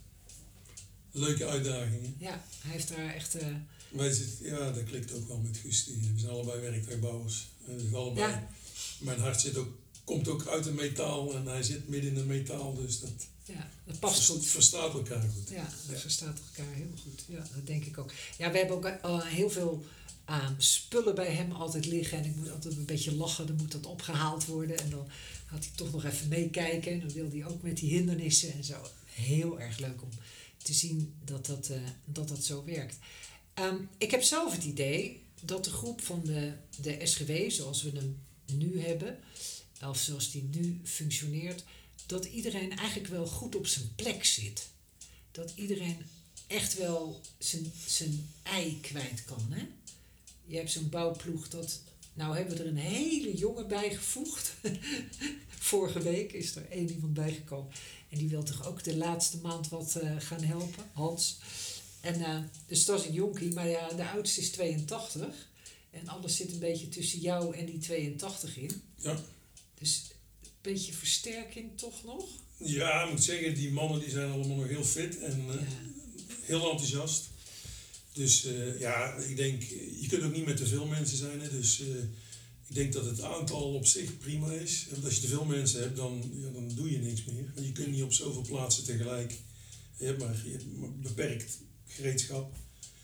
leuke uitdagingen. Ja, hij heeft daar echt... dat klikt ook wel met Guus. We zijn allebei werktuigbouwers. Allebei. Ja. Mijn hart komt ook uit een metaal en hij zit midden in een metaal, dus dat past goed. Verstaat elkaar goed. Ja, dat verstaat elkaar heel goed. Ja, dat denk ik ook. Ja, we hebben ook heel veel spullen bij hem altijd liggen en ik moet altijd een beetje lachen, dan moet dat opgehaald worden en dan gaat hij toch nog even meekijken en dan wil hij ook met die hindernissen en zo. Heel erg leuk om te zien dat zo werkt. Ik heb zelf het idee dat de groep van de SGW, zoals we hem nu hebben, of zoals die nu functioneert, dat iedereen eigenlijk wel goed op zijn plek zit. Dat iedereen echt wel zijn ei kwijt kan. Hè? Je hebt zo'n bouwploeg dat Nou hebben we er een hele jonge bijgevoegd. Vorige week is er 1 iemand bijgekomen. En die wil toch ook de laatste maand wat gaan helpen, Hans. En dus dat is een jonkie, maar ja, de oudste is 82. En alles zit een beetje tussen jou en die 82 in. Ja. Dus een beetje versterking toch nog? Ja, ik moet zeggen, die mannen die zijn allemaal nog heel fit en heel enthousiast. Dus ik denk, je kunt ook niet met te veel mensen zijn. Hè, dus ik denk dat het aantal op zich prima is. Want als je te veel mensen hebt, dan doe je niks meer. Want je kunt niet op zoveel plaatsen tegelijk. Je hebt maar beperkt gereedschap.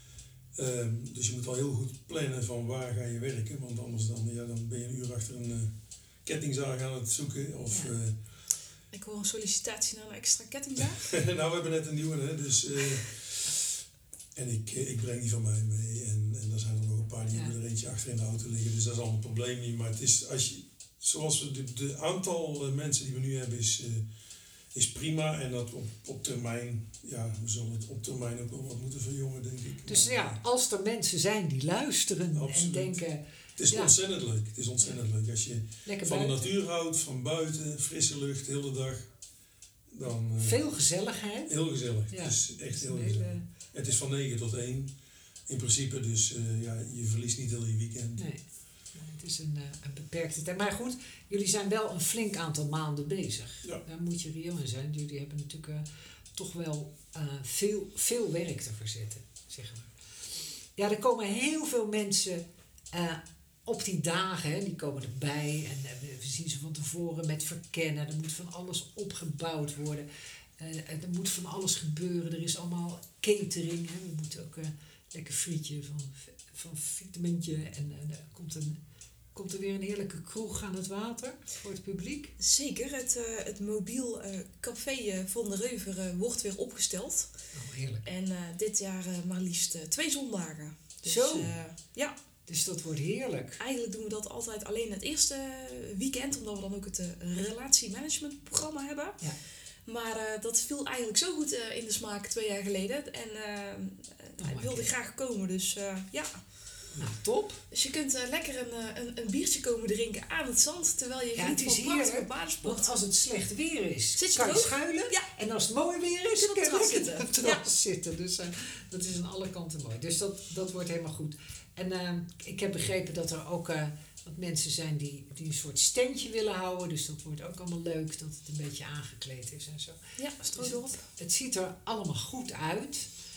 Dus je moet al heel goed plannen van waar ga je werken. Want anders dan ben je een uur achter een kettingzaag aan het zoeken. Of, Ik hoor een sollicitatie naar een extra kettingzaag. nou, we hebben net een nieuwe, hè, dus... En ik breng die van mij mee. En er zijn er nog een paar die hebben er eentje achter in de auto liggen. Dus dat is allemaal een probleem niet. Maar het is, zoals we de aantal mensen die we nu hebben is prima. En dat op termijn, we zullen het op termijn ook wel wat moeten verjongen, denk ik. Dus maar, als er mensen zijn die luisteren absoluut. En denken... Het is ontzettend leuk. Het is ontzettend leuk. Als je Lekker van de buiten. natuur houdt, van buiten, frisse lucht, de hele dag. Dan, Veel gezelligheid. heel gezellig. Ja. Het is echt heel Hele- gezellig. Het is van 9 tot 1 in principe, dus je verliest niet heel je weekend. Nee, het is een beperkte tijd. Maar goed, jullie zijn wel een flink aantal maanden bezig. Ja. Daar moet je reëel in zijn. Jullie hebben natuurlijk toch wel veel werk te verzetten, zeg maar. Ja, er komen heel veel mensen op die dagen, hè, die komen erbij. En we zien ze van tevoren met verkennen. Er moet van alles opgebouwd worden. Er moet van alles gebeuren. Er is allemaal catering. Hè. We moeten ook lekker frietje van vitamintje. En komt er weer een heerlijke kroeg aan het water voor het publiek. Zeker, het mobiel café Von de Reuver wordt weer opgesteld. Oh, heerlijk. En dit jaar maar liefst 2 zondagen. Dus, Zo. ja, Dus dat wordt heerlijk. eigenlijk doen we dat altijd alleen het eerste weekend, omdat we dan ook het relatiemanagementprogramma hebben. Ja. Maar dat viel eigenlijk zo goed in de smaak 2 jaar geleden. En hij wilde graag komen, dus ja. Nou, top. Dus je kunt lekker een biertje komen drinken aan het zand, terwijl je geniet het is van prachtige heerlijk. watersport. Want als het slecht weer is, Zit je kan je droog? schuilen. Ja. En als het mooi weer is, Kun je op het kan je terras lekker zitten. op het terras zitten. Dus dat is aan alle kanten mooi. Dus dat wordt helemaal goed. En ik heb begrepen dat er ook wat mensen zijn die een soort standje willen houden. Dus dat wordt ook allemaal leuk, dat het een beetje aangekleed is en zo. Ja, strooi Dus erop. het ziet er allemaal goed uit.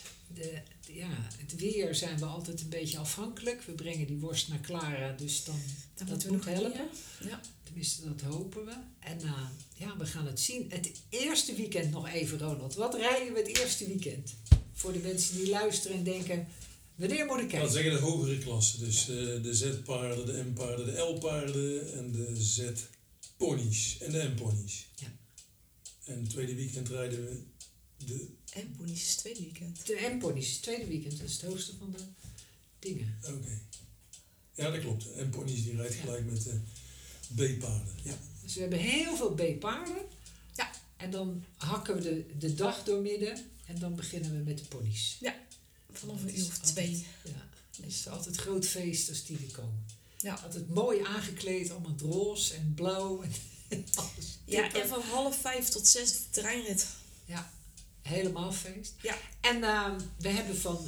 Het weer zijn we altijd een beetje afhankelijk. We brengen die worst naar Clara, dus dat moeten moet we nog helpen. Ja. Tenminste, dat hopen we. En we gaan het zien. Het eerste weekend nog even, Ronald. Wat rijden we het eerste weekend? Voor de mensen die luisteren en denken, wanneer moet ik kijken? Dat zeggen de hogere klassen. Dus de Z-paarden, de M-paarden, de L-paarden en de Z-ponies en de M-ponies. Ja. En het tweede weekend rijden we de... En ponies is het tweede weekend. De M-ponies is het tweede weekend. Dat is het hoogste van de dingen. Oké. Ja, dat klopt. De M-ponies die rijdt Ja. gelijk met de B-paarden. Ja. Dus we hebben heel veel B-paarden. Ja. En dan hakken we de dag doormidden. En dan beginnen we met de ponies. Vanaf een uur of 2. Ja, het is altijd een groot feest als die weer komen. Ja. Altijd mooi aangekleed, allemaal met roze en blauw en alles. Ja, en van 4:30 tot 6 de treinrit. Ja, helemaal feest. Ja. En we hebben van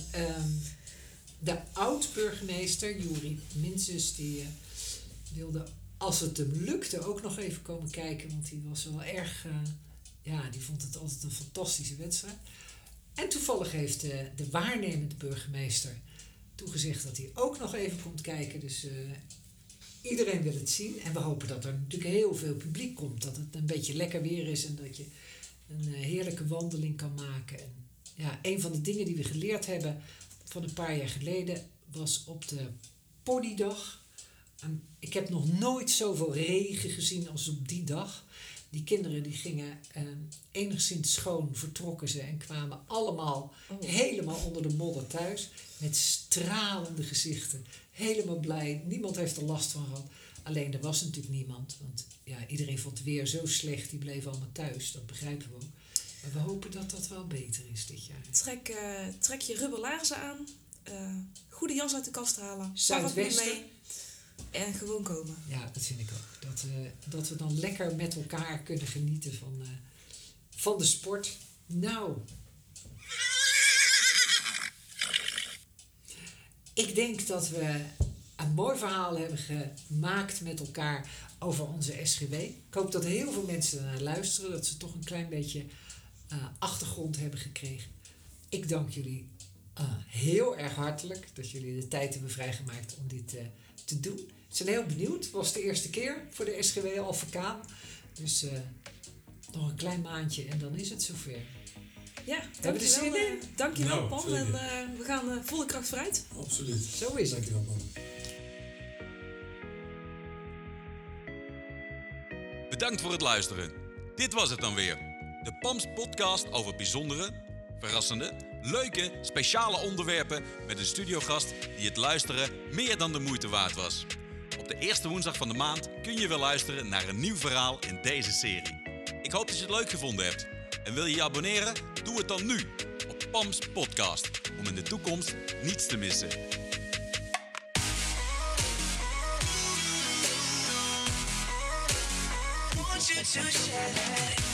de oud-burgemeester, Juri Minses, die wilde, als het hem lukte, ook nog even komen kijken. Want die was wel erg, die vond het altijd een fantastische wedstrijd. En toevallig heeft de waarnemende burgemeester toegezegd dat hij ook nog even komt kijken. Dus iedereen wil het zien. En we hopen dat er natuurlijk heel veel publiek komt. Dat het een beetje lekker weer is en dat je een heerlijke wandeling kan maken. En ja, een van de dingen die we geleerd hebben van een paar jaar geleden was op de ponydag. Ik heb nog nooit zoveel regen gezien als op die dag. Die kinderen die gingen enigszins schoon, vertrokken ze en kwamen allemaal helemaal onder de modder thuis. Met stralende gezichten. Helemaal blij. Niemand heeft er last van gehad. Alleen er was natuurlijk niemand. Want ja, iedereen vond het weer zo slecht. Die bleven allemaal thuis. Dat begrijpen we ook. Maar we hopen dat dat wel beter is dit jaar. Trek je rubberlaarzen aan. Goede jas uit de kast halen. Zuidwesten. Paraplu mee. En gewoon komen. Ja, dat vind ik ook. Dat we dan lekker met elkaar kunnen genieten van de sport. Nou, ik denk dat we een mooi verhaal hebben gemaakt met elkaar over onze SGW. Ik hoop dat heel veel mensen naar luisteren, dat ze toch een klein beetje achtergrond hebben gekregen. Ik dank jullie heel erg hartelijk dat jullie de tijd hebben vrijgemaakt om dit te doen. We zijn heel benieuwd. Het was de eerste keer voor de SGW Alphen-Kaam. Dus nog een klein maandje en dan is het zover. Ja, Hebben we er zin in? Dankjewel Nou, Pam. zeker. En we gaan volle kracht vooruit. Absoluut. Zo is het. Dankjewel, man. Bedankt voor het luisteren. Dit was het dan weer. De PAMS podcast over bijzondere, verrassende, leuke, speciale onderwerpen met een studiogast die het luisteren meer dan de moeite waard was. Op de eerste woensdag van de maand kun je weer luisteren naar een nieuw verhaal in deze serie. Ik hoop dat je het leuk gevonden hebt. En wil je je abonneren? Doe het dan nu op PAMS Podcast, om in de toekomst niets te missen. Want you to share.